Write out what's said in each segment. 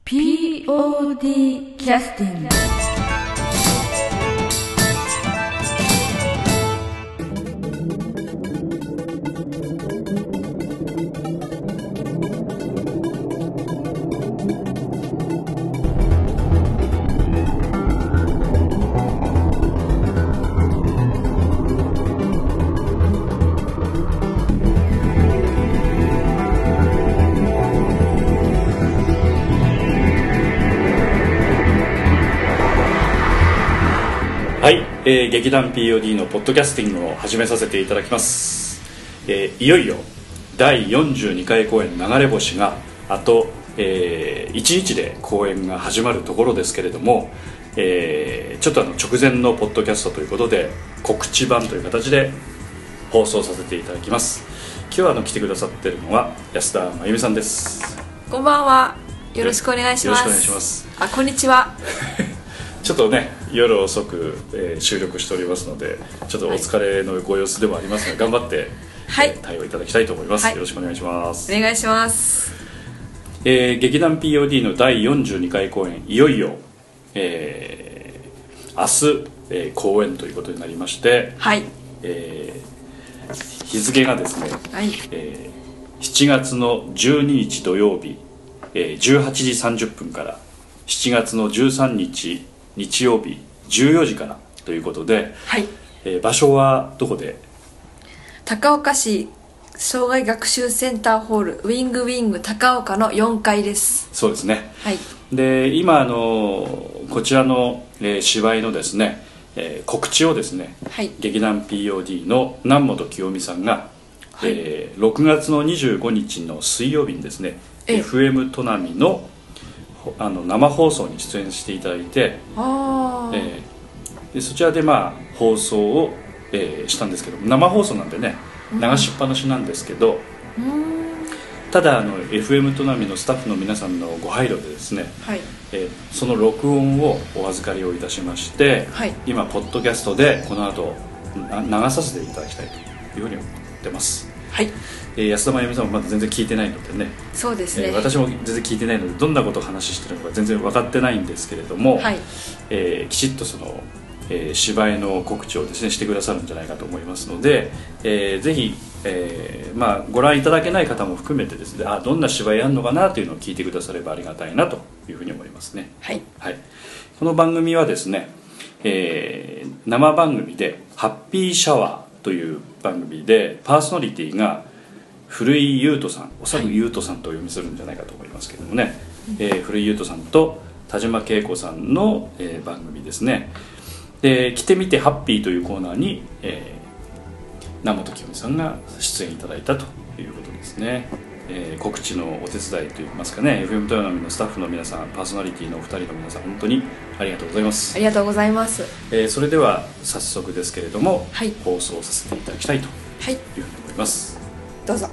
POD キャスティング。 はい、劇団 POD のポッドキャスティングを始めさせていただきます。いよいよ第42回公演流れ星があと、1日で公演が始まるところですけれども、ちょっと直前のポッドキャストということで告知版という形で放送させていただきます。今日は来てくださっているのは安田真由美さんです。 こんばんは、よろしくお願いします。 よろしくお願いします。 あ、こんにちは。 ちょっとね、夜遅く、収録しておりますので、ちょっとお疲れのご様子でもありますが、頑張って、対応いただきたいと思います、よろしくお願いします。 お願いします。 劇団 POD の第42回公演、いよいよ、明日、公演ということになりまして、 はい、 日付がですね、7月の12日土曜日、18時30分から7月の13日日曜日14時からということで、場所はどこで？ 高岡市障害学習センターホールウィングウィング高岡の4階です。 そうですね。で今こちらの、芝居のですね、告知をですね、劇団 POD の南本清美さんが、6月の25日の水曜日にですね、FM 砺波の生放送に出演していただいて、でそちらで放送を、したんですけど、生放送なんでね流しっぱなしなんですけど、ただFM 砺波のスタッフの皆さんのご配慮でですね、その録音をお預かりをいたしまして、今ポッドキャストでこの後流させていただきたいというふうに思ってます。安田真由美さんもまだ全然聞いてないのでね。 そうですね、 私も全然聞いてないのでどんなことを話してるのか全然分かってないんですけれども、きちっとその、芝居の告知をですねしてくださるんじゃないかと思いますので、ぜひ、ご覧いただけない方も含めてですね、どんな芝居やるのかなというのを聞いてくださればありがたいなというふうに思いますね。この番組はですね、生番組でハッピーシャワーという番組でパーソナリティが古井優斗さん、おそらく優斗さんとお読みするんじゃないかと思いますけどもね、古井優斗さんと田島恵子さんの、番組ですね。で来てみてハッピーというコーナーに、南本清美さんが出演いただいたということですね。告知のお手伝いといいますかね、 FM 富山のスタッフの皆さん、パーソナリティのお二人の皆さん、本当にありがとうございます。 ありがとうございます。 それでは早速ですけれども、放送させていただきたいというふうに思います。 どうぞ。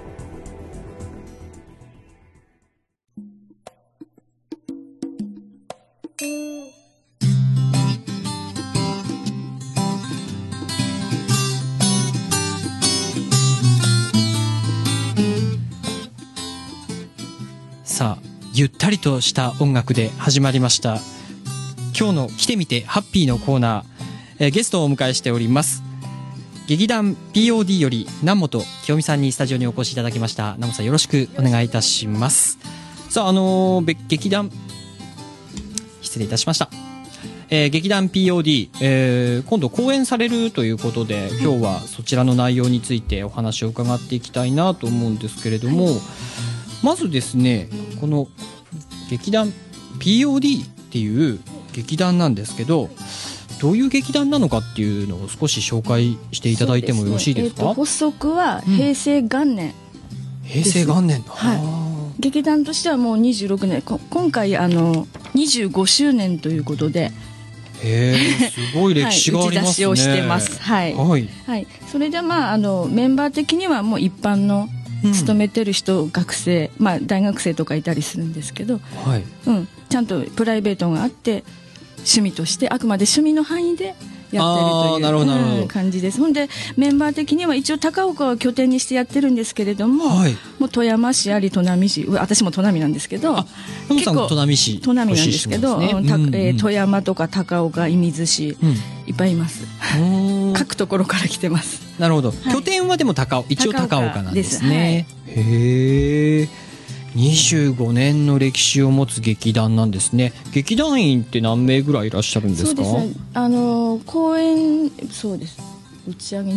さあ、ゆったりとした音楽で始まりました今日の来てみてハッピーのコーナー、ゲストをお迎えしております。劇団 POD より南本清美さんにスタジオにお越しいただきました。南本さん、よろしくお願いいたします。さあ、劇団失礼いたしました、劇団 POD、今度公演されるということで、今日はそちらの内容についてお話を伺っていきたいなと思うんですけれども、まずですね、この劇団 POD っていう劇団なんですけど、どういう劇団なのかっていうのを少し紹介していただいてもよろしいですか？ 発足は平成元年、 平成元年の、 劇団としてはもう26年、今回25周年ということで、 すごい歴史がありますね。 打ち出しをしてます。それでメンバー的にはもう一般の勤めてる人、学生、大学生とかいたりするんですけど、ちゃんとプライベートがあって趣味として、あくまで趣味の範囲でやってるという感じです。ほんでメンバー的には一応高岡を拠点にしてやってるんですけれども、もう富山市あり砺波市、私も砺波なんですけど、 結構砺波なんですけど、富山とか高岡、射水市、いっぱいいます。各ところから来てます。 なるほど。拠点はでも一応高岡なんですね。へえ。25年の歴史を持つ劇団なんですね。劇団員って何名ぐらいいらっしゃるんですか？ そうですね。公演、そうです。打ち上げ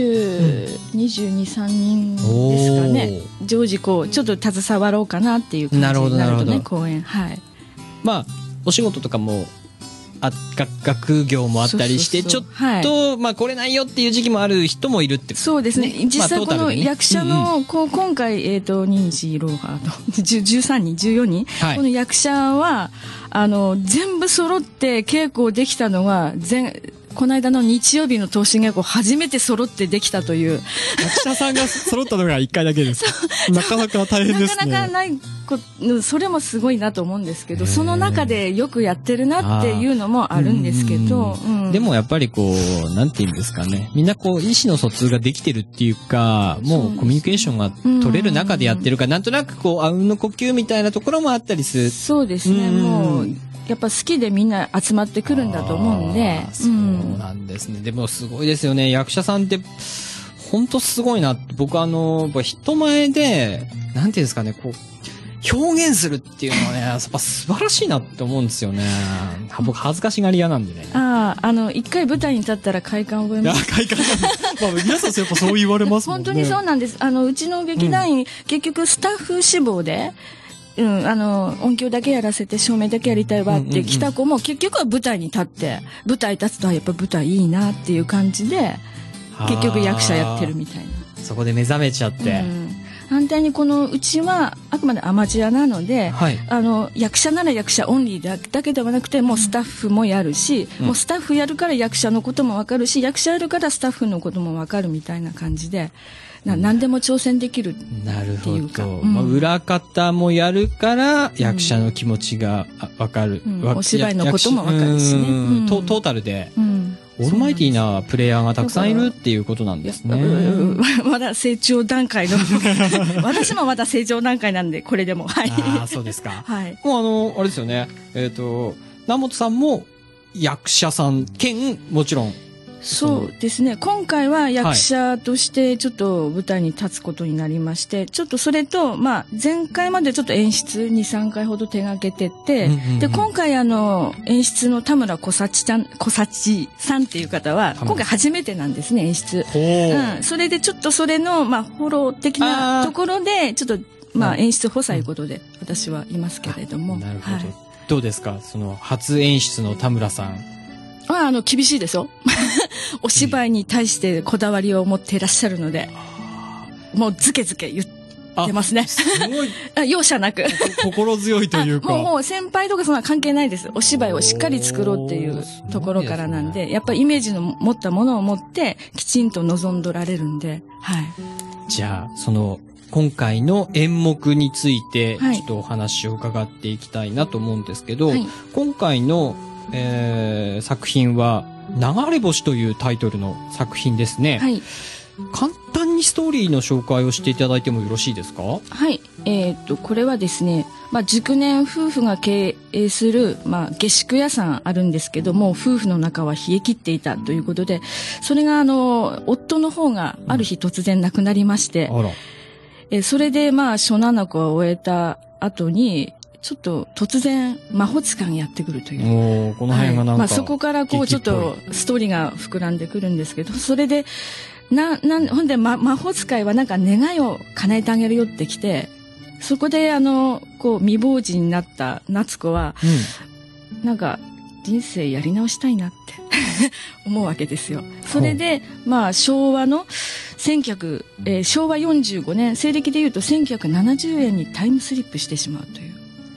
22、3人ですかね。常時ちょっと携わろうかなっていう感じになるとね、公演。はい。 まあお仕事とかも学業もあったりしてちょっとまあ来れないよっていう時期もある人もいるってそうですね。実際この役者の今回ニンジローハーと13人14人この役者は全部揃って稽古できたのはこの間の日曜日の東進稽古初めて揃ってできたという役者さんが揃ったのが1回だけですなかなか大変ですね。 なかなかないそれもすごいなと思うんですけど、その中でよくやってるなっていうのもあるんですけど、 でもやっぱりなんていうんですかね、みんな意思の疎通ができてるっていうか、もうコミュニケーションが取れる中でやってるから、なんとなくあうんの呼吸みたいなところもあったりする。 そうですね。もうやっぱ好きでみんな集まってくるんだと思うんで。 そうなんですね。でもすごいですよね。役者さんって本当すごいなって。僕人前でなんていうんですかね、表現するっていうのはね、やっぱ素晴らしいなって思うんですよね。僕恥ずかしがり屋なんでね。 一回舞台に立ったら快感を覚えます。 快感。皆さんやっぱそう言われますもんね。 本当にそうなんです。うちの劇団員、結局スタッフ志望で、音響だけやらせて照明だけやりたいわって来た子も結局は舞台に立って、舞台立つとやっぱ舞台いいなっていう感じで、結局役者やってるみたいな。 そこで目覚めちゃって。 反対にうちはあくまでアマチュアなので、役者なら役者オンリーだけではなくて、もうスタッフもやるし、もうスタッフやるから役者のこともわかるし、役者やるからスタッフのこともわかるみたいな感じで、何でも挑戦できるっていうか。 なるほど。裏方もやるから役者の気持ちがわかる。 お芝居のこともわかるしね。 トータルで。オールマイティーなプレイヤーがたくさんいるっていうことなんですね。 まだ成長段階の私もまだ成長段階なんで、これでも。はい。 そうですか。 はい。 もうあれですよね。南本さんも役者さん兼、もちろん。 そうですね。今回は役者としてちょっと舞台に立つことになりまして、ちょっとそれと、前回までちょっと演出2、3回ほど手掛けてて、で、今回演出の田村小幸さんっていう方は、今回初めてなんですね、演出。それでちょっとそれの、フォロー的なところで、ちょっと、演出補佐いうことで、私はいますけれども。 なるほど。どうですか？初演出の田村さん。 厳しいですよ。お芝居に対してこだわりを持っていらっしゃるので、もうズケズケ言ってますね。すごい。容赦なく。 心強いというか。 もう先輩とかそんな関係ないです。お芝居をしっかり作ろうっていうところからなんで、やっぱりイメージの持ったものを持ってきちんと臨んどられるんで、はい。 じゃあ、今回の演目について、ちょっとお話を伺っていきたいなと思うんですけど、今回の作品は流れ星というタイトルの作品ですね。はい。簡単にストーリーの紹介をしていただいてもよろしいですか？ はい。これはですね、熟年夫婦が経営する、下宿屋さんあるんですけども、夫婦の中は冷え切っていたということで、それが夫の方がある日突然亡くなりまして、それで初七子を終えた後に、ちょっと突然魔法使いがやってくるという。 この辺がなんか、 そこからちょっとストーリーが膨らんでくるんですけど、それで、ほんで魔法使いはなんか願いを叶えてあげるよって来て、そこで未亡人になった夏子は、なんか人生やり直したいなって思うわけですよ。それで、昭和の昭和45年、西暦で言うと1970年にタイムスリップしてしまうという。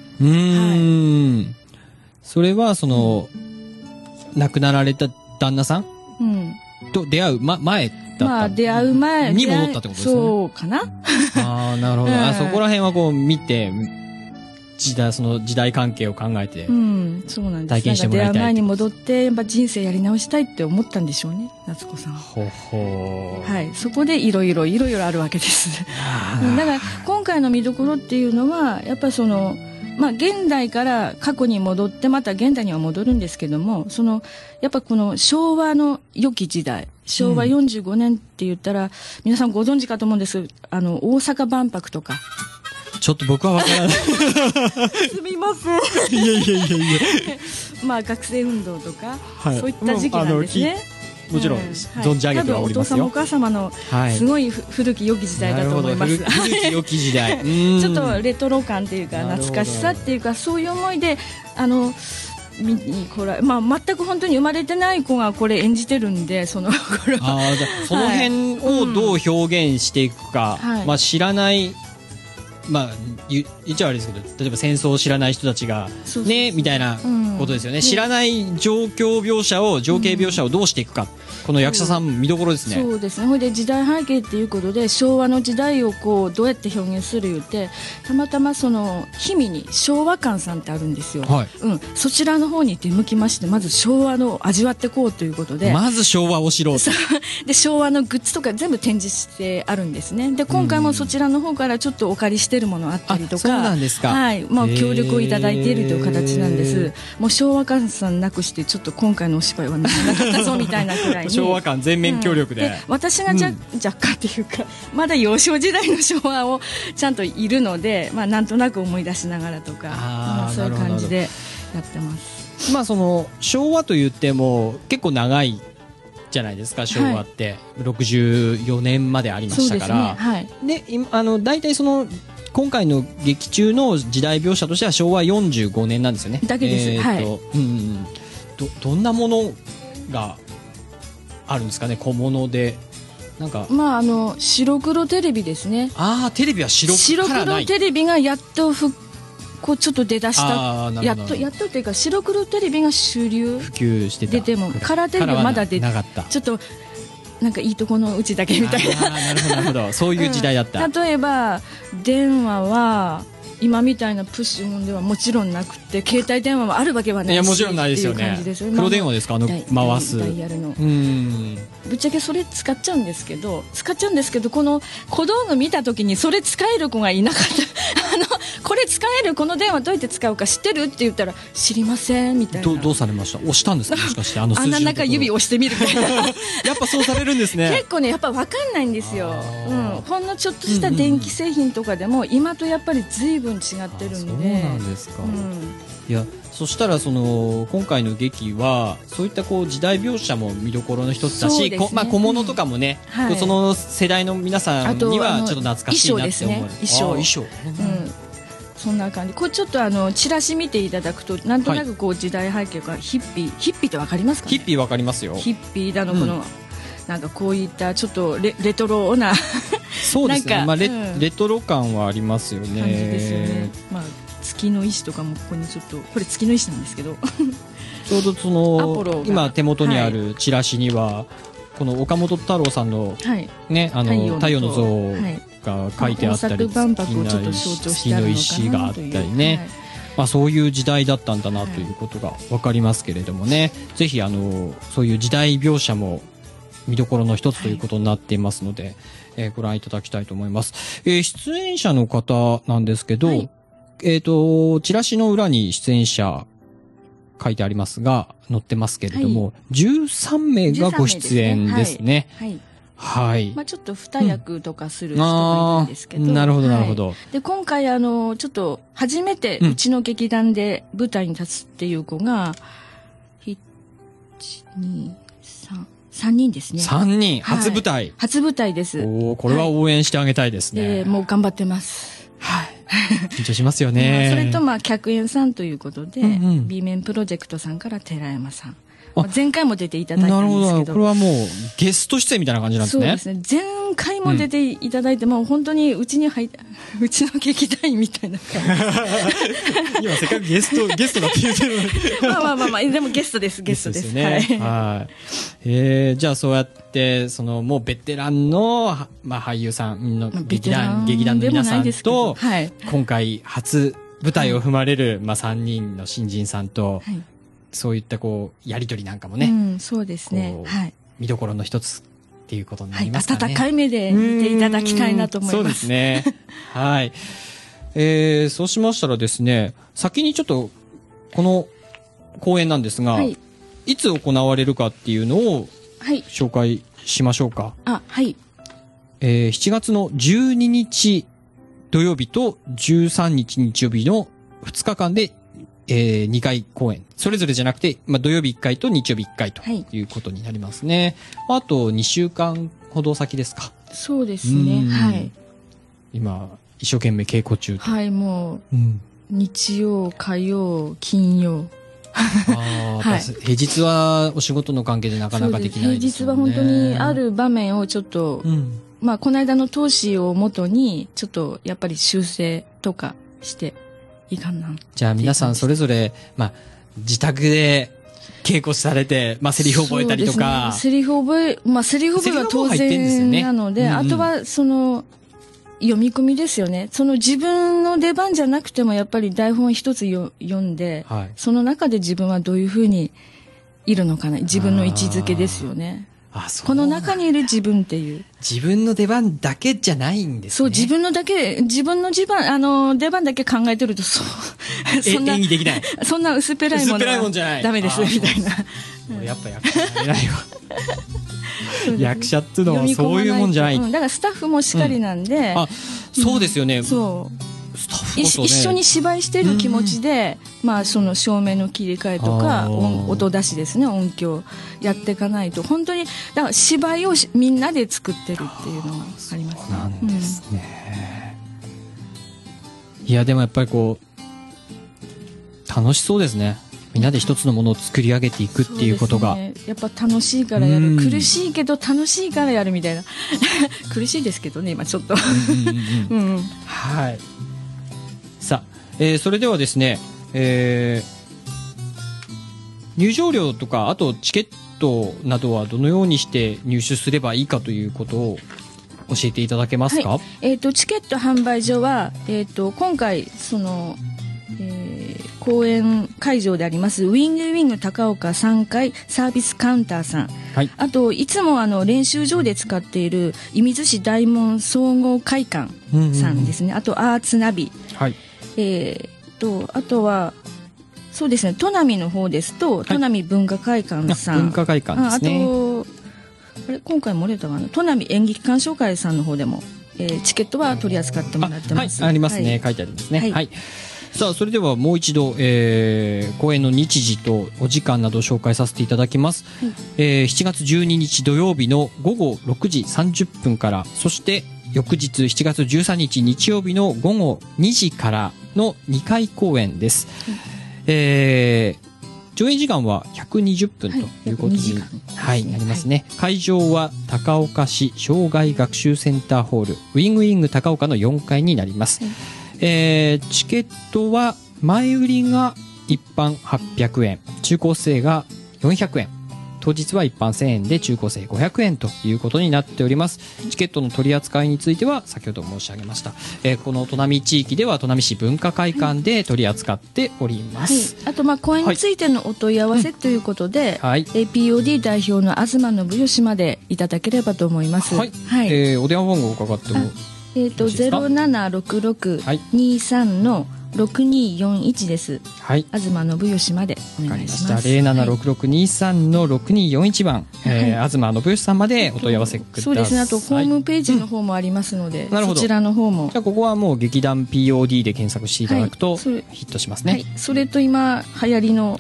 それは亡くなられた旦那さんと出会う前だった。 出会う前に戻ったってことですね。 そうかな。 なるほど。そこら辺は見て、 その時代関係を考えて、 そうなんです。 体験してもらいたい。 出会う前に戻って、やっぱ人生やり直したいって思ったんでしょうね、夏子さんは。 ほほはい。そこでいろいろあるわけです。だから、今回の見どころっていうのは、やっぱその、現代から過去に戻って、また現代には戻るんですけども、やっぱこの昭和の良き時代、昭和45年って言ったら、皆さんご存知かと思うんです。大阪万博とか。 ちょっと僕はわからない。 すみません。 いや。 学生運動とか、 はい、 そういった時期なんですね。 もちろん、存じ上げてはおりますよ。 多分お父様お母様のすごい古き良き時代だと思います。 古き良き時代。 ちょっとレトロ感っていうか、懐かしさっていうか、そういう思いで、見に来られ、全く本当に生まれてない子がこれ演じてるんで、その頃。 その辺をどう表現していくか、知らない、言っちゃ悪いですけど、例えば戦争を知らない人たちがねみたいなことですよね。知らない情景描写をどうしていくか、この役者さんも見どころですね。 そうですね。ほいで時代背景っていうことで、昭和の時代をこうどうやって表現する言うて、たまたまその氷見に昭和館さんってあるんですよ。そちらの方に出向きまして、まず昭和の味わってこうということで、 まず昭和を知ろうと。 で昭和のグッズとか全部展示してあるんですね。で今回もそちらの方からちょっとお借りしてるものあったりとか、 そうなんですか。 はい、協力をいただいているという形なんです。もう昭和館さんなくしてちょっと今回のお芝居は見せなかったぞみたいなくらいに昭和館全面協力で、 私が若干っていうか、まだ幼少時代の昭和をちゃんといるので、なんとなく思い出しながらとか、そういう感じでやってます。 その昭和と言っても結構長いじゃないですか、昭和って、64年までありましたから。で、大体その今回の劇中の時代描写としては昭和45年なんですよね。 だけです。 どんなものがあるんですかね、小物で。なんか白黒テレビですね。 テレビは白黒テレビがやっとこうちょっと出だした。やっとっていうか、白黒テレビが主流。 普及してた。 出てもカラーテレビはまだ出てなかった。 ちょっとなんかいいとこのうちだけみたいな。 なるほどそういう時代だった。 例えば電話は今みたいなプッシュ音ではもちろんなくて、携帯電話はあるわけはないし、 もちろんないですよね。黒電話ですか、回すダイヤルの。ぶっちゃけそれ使っちゃうんですけど、この小道具見た時にそれ使える子がいなかったこれ使えるこの電話どうやって使うか知ってるって言ったら知りませんみたいな。 どうされました？押したんですか、もしかして数字のところ。 なんか指押してみるみたいなやっぱそうされるんですね。 結構ね、やっぱ分かんないんですよ。ほんのちょっとした電気製品とかでも今とやっぱり随分違ってるんで。 そうなんですか。いや、そしたら今回の劇はそういった時代描写も見どころの一つだし、小物とかもね、その世代の皆さんにはちょっと懐かしいなって思う。衣装、そんな感じ。これちょっとチラシ見ていただくと、なんとなく時代背景がヒッピーってわかりますかね？ヒッピーわかりますよ。 ヒッピーだのこの、なんかこういったちょっとレトロなそうですね。レトロ感はありますよね。 感じですよね。月の石とかもここにちょっと、これ月の石なんですけどちょうど今手元にあるチラシには、この岡本太郎さんのね、太陽の像が書いてあったり、月の石があったりね、そういう時代だったんだなということが分かりますけれどもね、ぜひそういう時代描写も見どころの一つということになっていますので、ご覧いただきたいと思います。出演者の方なんですけど、チラシの裏に出演者書いてありますが、載ってますけれども、13名がご出演ですね。はい。 ちょっと二役とかする人がいるんですけど。 なるほど、なるほど。 で、今回ちょっと初めてうちの劇団で舞台に立つっていう子が、1、2、3人ですね。 3人、初舞台。 初舞台です。 これは応援してあげたいですね。 もう頑張ってます。 はい。緊張しますよね。 それと客演さんということで、B 面プロジェクトさんから寺山さん。前回も出ていただいたんですけど。なるほど。 これはもうゲスト出演みたいな感じなんですね。 そうですね。前回も出ていただいて、もう本当にうちの劇団員みたいな感じ。今せっかくゲストだって言ってるのに。 でもゲストです。 ですね。はい。じゃあそうやってもうベテランの俳優さんの劇団の皆さんと今回初舞台を踏まれる、3人の新人さんと、 はい、 そういったやりとりなんかもね、 そうですね、はい、 見どころの一つっていうことになりますかね。 温かい目で見ていただきたいなと思います。 そうですね。はい。そうしましたらですね、先にちょっとこの公演なんですが、はい、いつ行われるかっていうのを紹介しましょうか。 はい。 7月の12日土曜日と13日日曜日の2日間で、2回公演。それぞれじゃなくて、土曜日1回と日曜日1回ということになりますね。あと2週間ほど先ですか。 そうですね。はい。 今、一生懸命稽古中と。 はい、もう、日曜、火曜、金曜。 はい、平日はお仕事の関係でなかなかできないですよね。 平日は本当にある場面をちょっと、この間の投資をもとに、ちょっとやっぱり修正とかしていかんな。 じゃあ皆さんそれぞれ、自宅で稽古されて、セリフ覚えたりとか。 セリフ覚えは当然なので、あとは読み込みですよね。自分の出番じゃなくてもやっぱり台本一つ読んで、その中で自分はどういうふうにいるのかな。自分の位置づけですよね。この中にいる自分っていう。 自分の出番だけじゃないんですね。 そう、自分の出番だけ考えてると、そんな、 演技できない。 そんな薄っぺらいものはダメです、みたいな。 やっぱ役者になれないわ。役者っていうのはそういうもんじゃない。 だからスタッフもしっかりなんで。 そうですよね。 そう。一緒に芝居してる気持ちで、その照明の切り替えとか、音出しですね、音響やっていかないと、本当に、だから芝居をみんなで作ってるっていうのがありますね。 そうなんですね。いや、でもやっぱり楽しそうですね。みんなで一つのものを作り上げていくっていうことが。 やっぱ楽しいからやる。苦しいけど楽しいからやるみたいな。苦しいですけどね、今ちょっと。 はい。さあ、それではですね、入場料とか、あとチケットなどはどのようにして入手すればいいかということを教えていただけますか？ チケット販売所は、今回、公演会場でありますウィングウィング高岡3階サービスカウンターさん、あといつも練習場で使っている射水市大門総合会館さんですね、あとアーツナビ、あとはそうですね、砺波の方ですと砺波文化会館さん、 文化会館ですね。 あと今回漏れたかな、砺波演劇鑑賞会さんの方でも、チケットは取り扱ってもらってます。 ありますね、書いてありますね。はい。さあ、それではもう一度、公演の日時とお時間などを紹介させていただきます。7月12日土曜日の午後6時30分から、そして翌日7月13日日曜日の午後2時からの2回公演です。上演時間は120分ということに、なりますね。会場は高岡市障害学習センターホールウィングウィング高岡の4階になります。チケットは前売りが一般800円、中高生が400円、当日は一般1000円で中高生500円ということになっております。チケットの取り扱いについては先ほど申し上げました、この砺波地域では砺波市文化会館で取り扱っております。 あと公演についてのお問い合わせということで、POD 代表の東信義までいただければと思います。 お電話番号を伺っても 0766-23の6241です。東信義までお願いします。 076623の6241番、東信義さんまでお問い合わせください。 そうですね。あとホームページの方もありますので、そちらの方も。 じゃあここはもう劇団 POD で検索していただくとヒットしますね。 それと今流行りの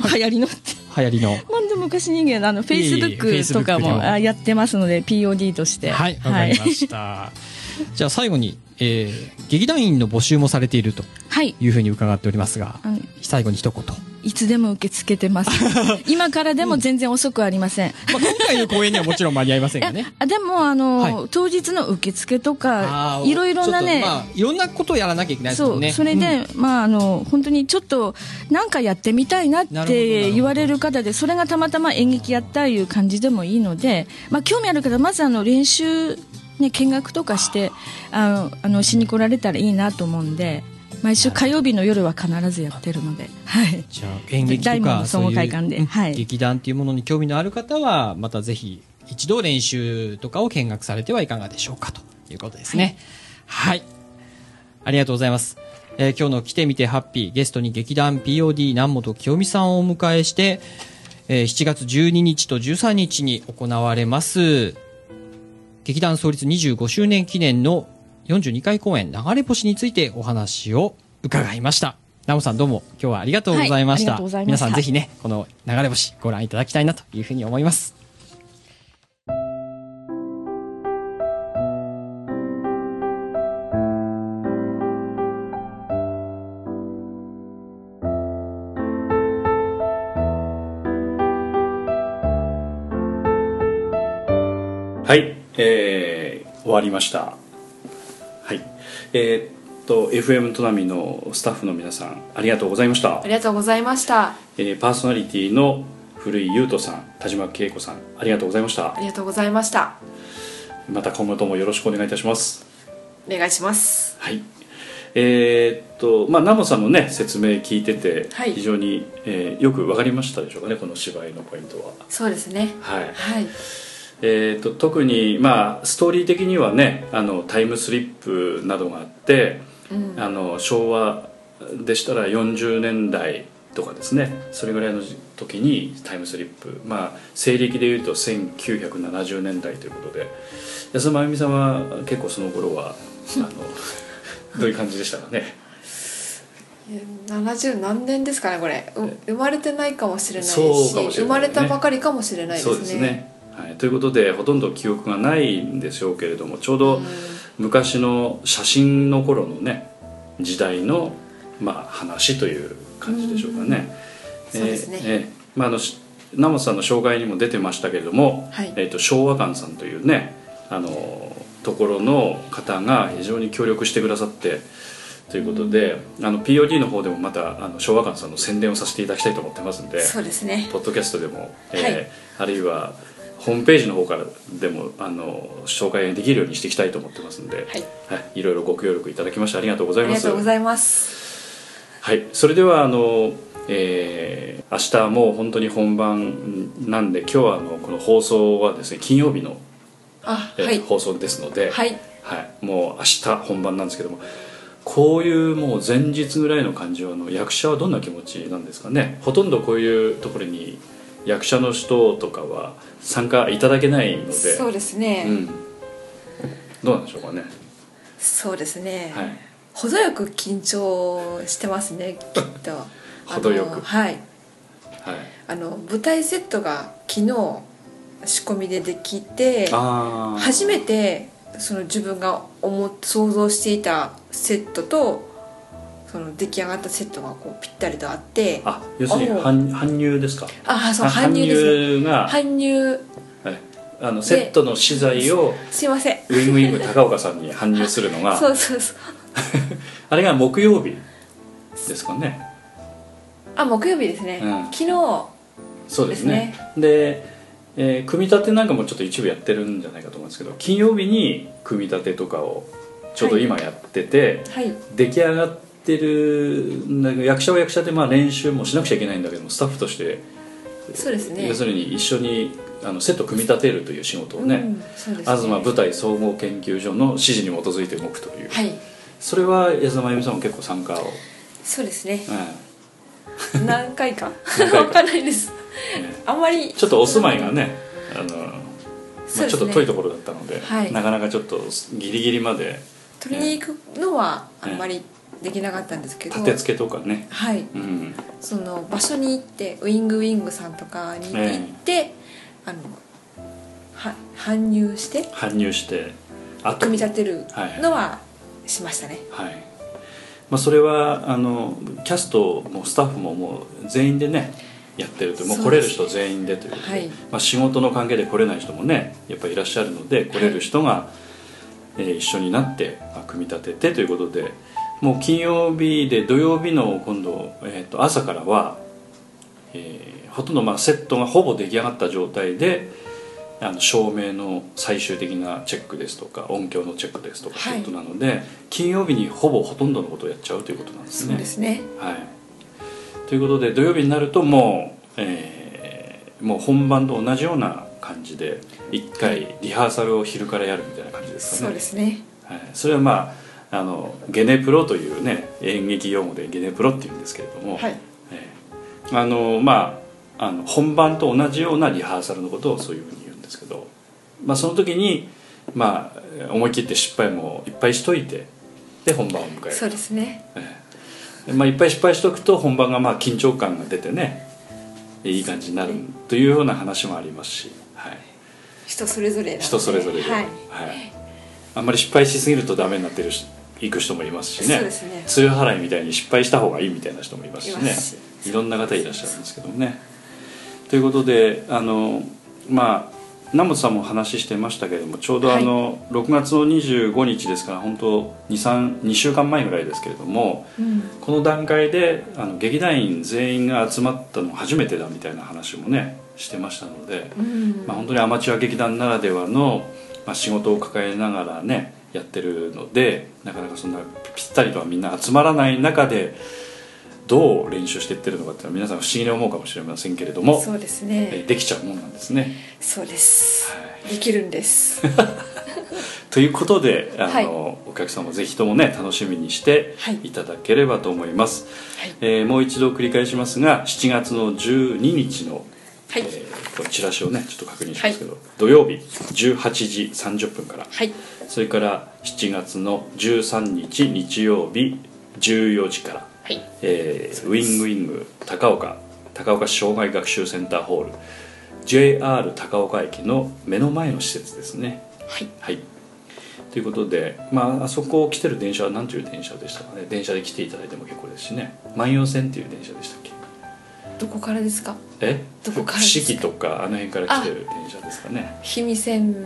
昔人間Facebook とかもやってますので POD として。 わかりました。じゃあ最後に、劇団員の募集もされているというふうに伺っておりますが、最後に一言。 いつでも受け付けてます。今からでも全然遅くありません。 今回の公演にはもちろん間に合いませんがね。 でも当日の受付とかいろいろなね、 いろんなことをやらなきゃいけないですもんね。 それで、本当にちょっとなんかやってみたいなって言われる方で、それがたまたま演劇やったいう感じでもいいので、興味ある方まず練習見学とかしてしに来られたらいいなと思うんで、 毎週火曜日の夜は必ずやってるので、はい、 じゃあ演劇と大門のか総合会館で、はい、 劇団っていうものに興味のある方はまたぜひ一度練習とかを見学されてはいかがでしょうかということですね。はい、ありがとうございます。今日の来てみてハッピー、ゲストに劇団 POD 南本清美さんをお迎えして、7月12日と13日に行われます劇団創立25周年記念の42回公演流れ星についてお話を伺いました。ナモさんどうも今日はありがとうございました。 はい、ありがとうございました。 皆さんぜひねこの流れ星ご覧いただきたいなというふうに思います。 はい、終わりました。はい、FM トナミのスタッフの皆さんありがとうございました。 ありがとうございました。 パーソナリティの古井優斗さん、田島恵子さんありがとうございました。 ありがとうございました。 また今後ともよろしくお願いいたします。 お願いします。 はい。ナモさんのね説明聞いてて、 はい、 非常に、よくわかりましたでしょうかね、この芝居のポイントは。 そうですね。はい。はい。 特に、ストーリー的にはねタイムスリップなどがあって、昭和でしたら40年代とかですね、それぐらいの時にタイムスリップ、西暦でいうと1970年代ということで、安田真由美さんは結構その頃はどういう感じでしたかね。 70何年ですかねこれ、生まれてないかもしれないし、生まれたばかりかもしれないですね。 そうですね。はい、ということでほとんど記憶がないんでしょうけれども、ちょうど昔の写真の頃のね時代の、話という感じでしょうかね。 そうですね。 ナモさんの紹介にも出てましたけれども、はい、昭和館さんというねところの方が非常に協力してくださってということで、POD の方でもまた昭和館さんの宣伝をさせていただきたいと思ってますんで、 そうですね、 ポッドキャストでも、あるいはホームページの方からでも紹介できるようにしていきたいと思ってますので、いろいろご協力いただきましてありがとうございます。 ありがとうございます。 はい、それでは明日もう本当に本番なんで、今日はこの放送はですね金曜日の放送ですので、もう明日本番なんですけども、こういうもう前日ぐらいの感じは役者はどんな気持ちなんですかね。ほとんどこういうところに役者の人とかは参加いただけないので、 そうですね、 どうなんでしょうかね。 そうですね、程よく緊張してますねきっと。 程よく、 舞台セットが昨日仕込みでできて、初めてその自分が想像していたセットとその出来上がったセットがこうぴったりとあって、 要するに搬入ですか。 そう、搬入ですね。 搬入セットの資材をすいませんウィングウィング高岡さんに搬入するのがそうそうそうあれが木曜日ですかね。 木曜日ですね、昨日そうですね。で、組み立てなんかもちょっと一部やってるんじゃないかと思うんですけど、金曜日に組み立てとかをちょうど今やってて、出来上がってる役者は役者で練習もしなくちゃいけないんだけども、スタッフとしてそうですね、 要するに一緒にセットを組み立てるという仕事をね、東舞台総合研究所の指示に基づいて動くという、それは安田真由美さんも結構参加を。 そうですね、何回か分かんないです、あんまりちょっとお住まいがねちょっと遠いところだったので、なかなかちょっとギリギリまで取りに行くのはあんまりできなかったんですけど、 立て付けとかね、 その場所に行ってウィングウィングさんとかに行って、搬入して組み立てるのはしましたね。 それはキャストもスタッフももう全員でねやってると、もう来れる人全員でということで、仕事の関係で来れない人もねやっぱりいらっしゃるので、来れる人が、一緒になって組み立ててということで、もう金曜日で土曜日の今度、朝からは、ほとんどセットがほぼ出来上がった状態で、 照明の最終的なチェックですとか音響のチェックですとかということなので、金曜日にほとんどのことをやっちゃうということなんですね。 そうですね、 はい、ということで土曜日になるともう本番と同じような感じで1回リハーサルを昼からやるみたいな感じですかね。 そうですね、 はい、それはゲネプロというね演劇用語でゲネプロっていうんですけれども、はい、本番と同じようなリハーサルのことをそういうふうに言うんですけど、その時に思い切って失敗もいっぱいしといてで本番を迎える。 そうですね、 いっぱい失敗しとくと本番が緊張感が出てねいい感じになるというような話もありますし、はい、 人それぞれなので、 人それぞれで、はい、あんまり失敗しすぎるとダメになっていく人もいますしね。そうですね、梅雨払いみたいに失敗した方がいいみたいな人もいますしね、いろんな方いらっしゃるんですけどもね。ということで南本さんも話してましたけれども、ちょうど6月の25日ですから本当2週間前ぐらいですけれども、この段階で劇団員全員が集まったの初めてだみたいな話もねしてましたので、本当にアマチュア劇団ならではの、仕事を抱えながらねやってるので、なかなかそんなぴったりとはみんな集まらない中でどう練習していってるのかっていうのは皆さん不思議に思うかもしれませんけれども、 そうですね、 できちゃうもんなんですね。 そうです、はい、できるんですということでお客さんもぜひともね楽しみにしていただければと思います、もう一度繰り返しますが、7月の12日の、このチラシをねちょっと確認しますけど、土曜日18時30分から、それから7月の13日日曜日14時から、ウィングウィング高岡障害学習センターホール JR 高岡駅の目の前の施設ですね。ということで、あそこを来てる電車は何という電車でしたかね。電車で来ていただいても結構ですしね。万葉線っていう電車でしたっけ。 どこからですか。どこからですか。伏木とかあの辺から来てる電車ですかね。 氷見線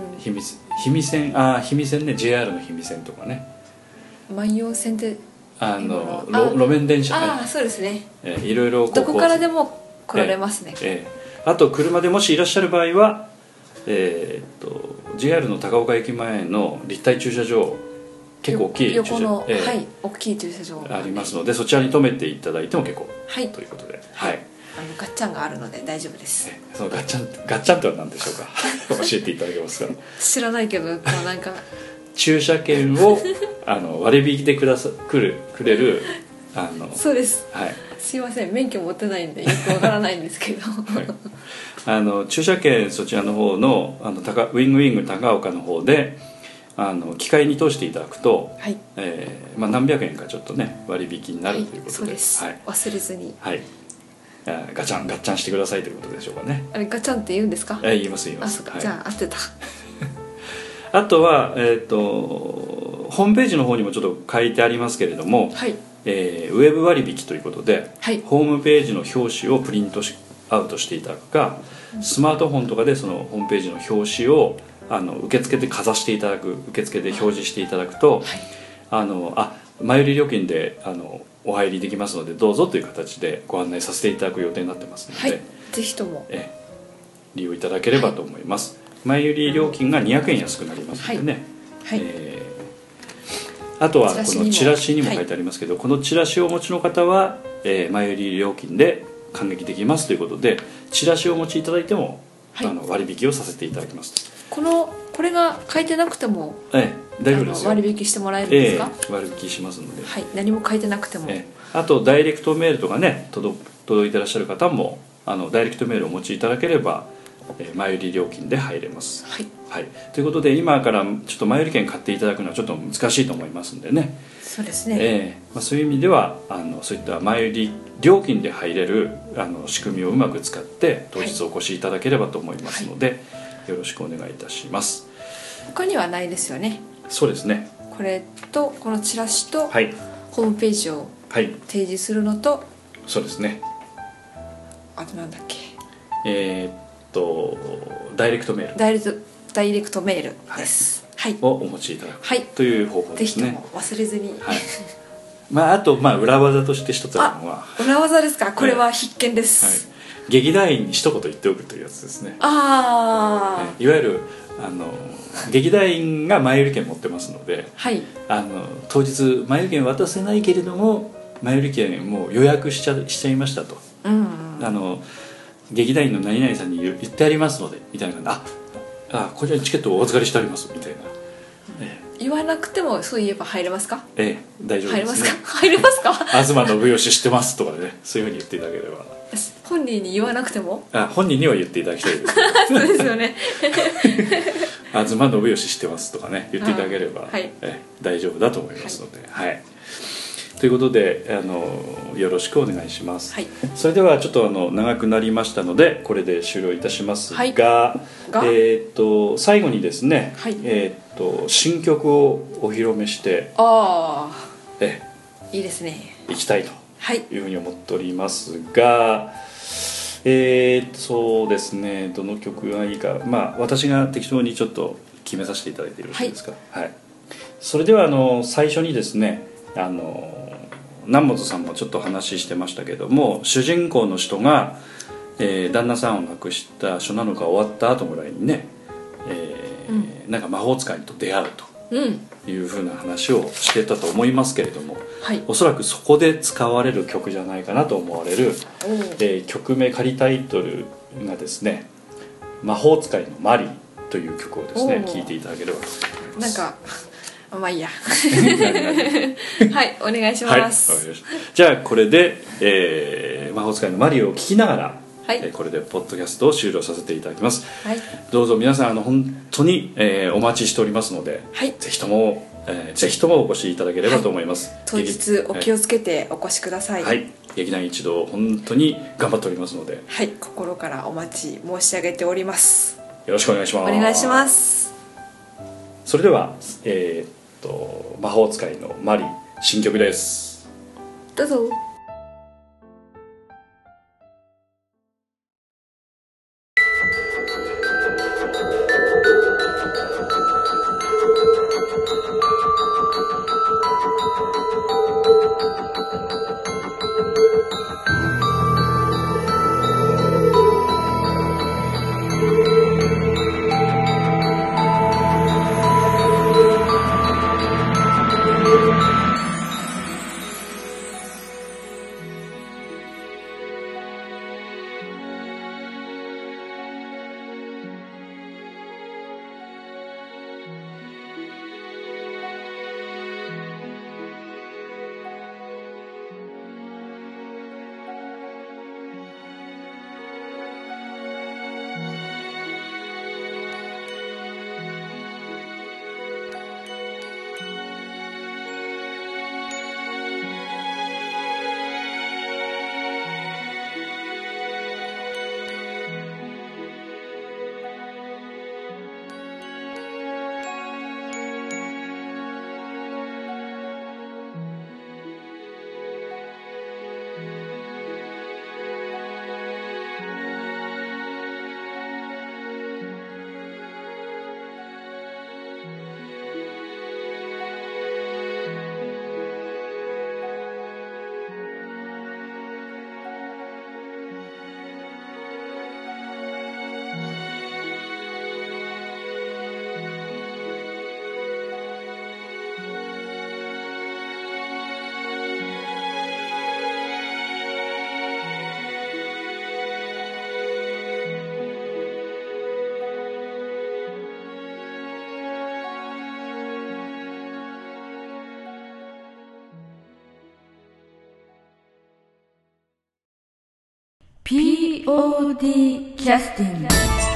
ね、 JR の氷見線とかね。 万葉線って路面電車ね。 そうですね、 いろいろどこからでも来られますね。 あと車でもしいらっしゃる場合は、JR の高岡駅前の立体駐車場、結構大きい駐車場、 大きい駐車場ありますので、そちらに止めていただいても結構、ということで、 ガッチャンがあるので大丈夫です。 そのガッチャンとは何でしょうか教えていただけますか。 知らないけどなんか駐車券を割引でくれるそうです、すいません、免許持ってないんでよくわからないんですけど、 駐車券そちらの方のウィングウィング高岡の方で機械に通していただくと、何百円かちょっとね割引になるということで、 そうです、忘れずに、 ガチャンしてくださいということでしょうかね。 あれガチャンって言うんですか。 言います。 じゃあ合ってたあとは、ホームページの方にもちょっと書いてありますけれども、ウェブ割引ということで、ホームページの表紙をプリントアウトしていただくか、スマートフォンとかでそのホームページの表紙を受付でかざしていただく、受付で表示していただくと、前売り料金でお入りできますのでどうぞという形でご案内させていただく予定になってますので、 ぜひとも利用いただければと思います。前売り料金が200円安くなりますのでね、あとはこのチラシにも書いてありますけど、このチラシをお持ちの方は、前売り料金で感激できますということで、チラシをお持ちいただいても、割引をさせていただきます。 これが書いてなくても、 大丈夫ですよ。 割引してもらえるんですか。 割引しますので、 何も書いてなくても、 あとダイレクトメールとかね届いてらっしゃる方もダイレクトメールをお持ちいただければ前売り料金で入れます、ということで今からちょっと前売り券買っていただくのはちょっと難しいと思いますんでね。 そうですね、 そういう意味ではそういった前売り料金で入れる仕組みをうまく使って当日お越しいただければと思いますので、よろしくお願いいたします。 他にはないですよね。 そうですね、 これとこのチラシと、ホームページを提示するのと、 そうですね、 あとなんだっけ、 ダイレクトメールダイレクトメールです、 をお持ちいただく、という方法ですね。 ぜひとも忘れずに、 あと裏技として一つあるのは、 裏技ですか。これは必見です、 劇団員に一言言っておくというやつですね。 ああ、 いわゆる劇団員が前売り券持ってますので、 はい、 当日前売り券渡せないけれども前売り券もう予約しちゃいましたと、劇団員の何々さんに言ってありますのでみたいな感じで、こちらにチケットをお預かりしてありますみたいな、 言わなくてもそう言えば入れますか？ 大丈夫ですね。 入れますか？ 東信義知ってますとかね、そういうふうに言っていただければ。 本人に言わなくても？ 本人には言っていただきたいですそうですよね東信義知ってますとかね言っていただければ、大丈夫だと思いますので、ということでよろしくお願いします、それではちょっと長くなりましたのでこれで終了いたしますが、最後にですね、新曲をお披露目していいですね、 いきたいというふうに思っておりますが、そうですね、どの曲がいいか、私が適当にちょっと決めさせていただいてよろしいですか？それでは最初にですね、南本さんもちょっと話してましたけども、主人公の人が、旦那さんを亡くした初七日が終わった後ぐらいにね、なんか魔法使いと出会うというふうな話をしてたと思いますけれども、おそらくそこで使われる曲じゃないかなと思われる、曲名仮タイトルがですね「魔法使いのマリー」という曲をですね聴いていただければと思います。 なんかまあいいやはいお願いします、 じゃあこれで、魔法使いのマリーを聴きながら、これでポッドキャストを終了させていただきます、どうぞ皆さん本当に、お待ちしておりますので、ぜひともお越しいただければと思います、 当日お気をつけてお越しください。 劇団一同本当に頑張っておりますので、 心からお待ち申し上げております。 よろしくお願いします。 お願いします。 それでは、魔法使いのマリー新曲です。 どうぞ。 POD キャスティング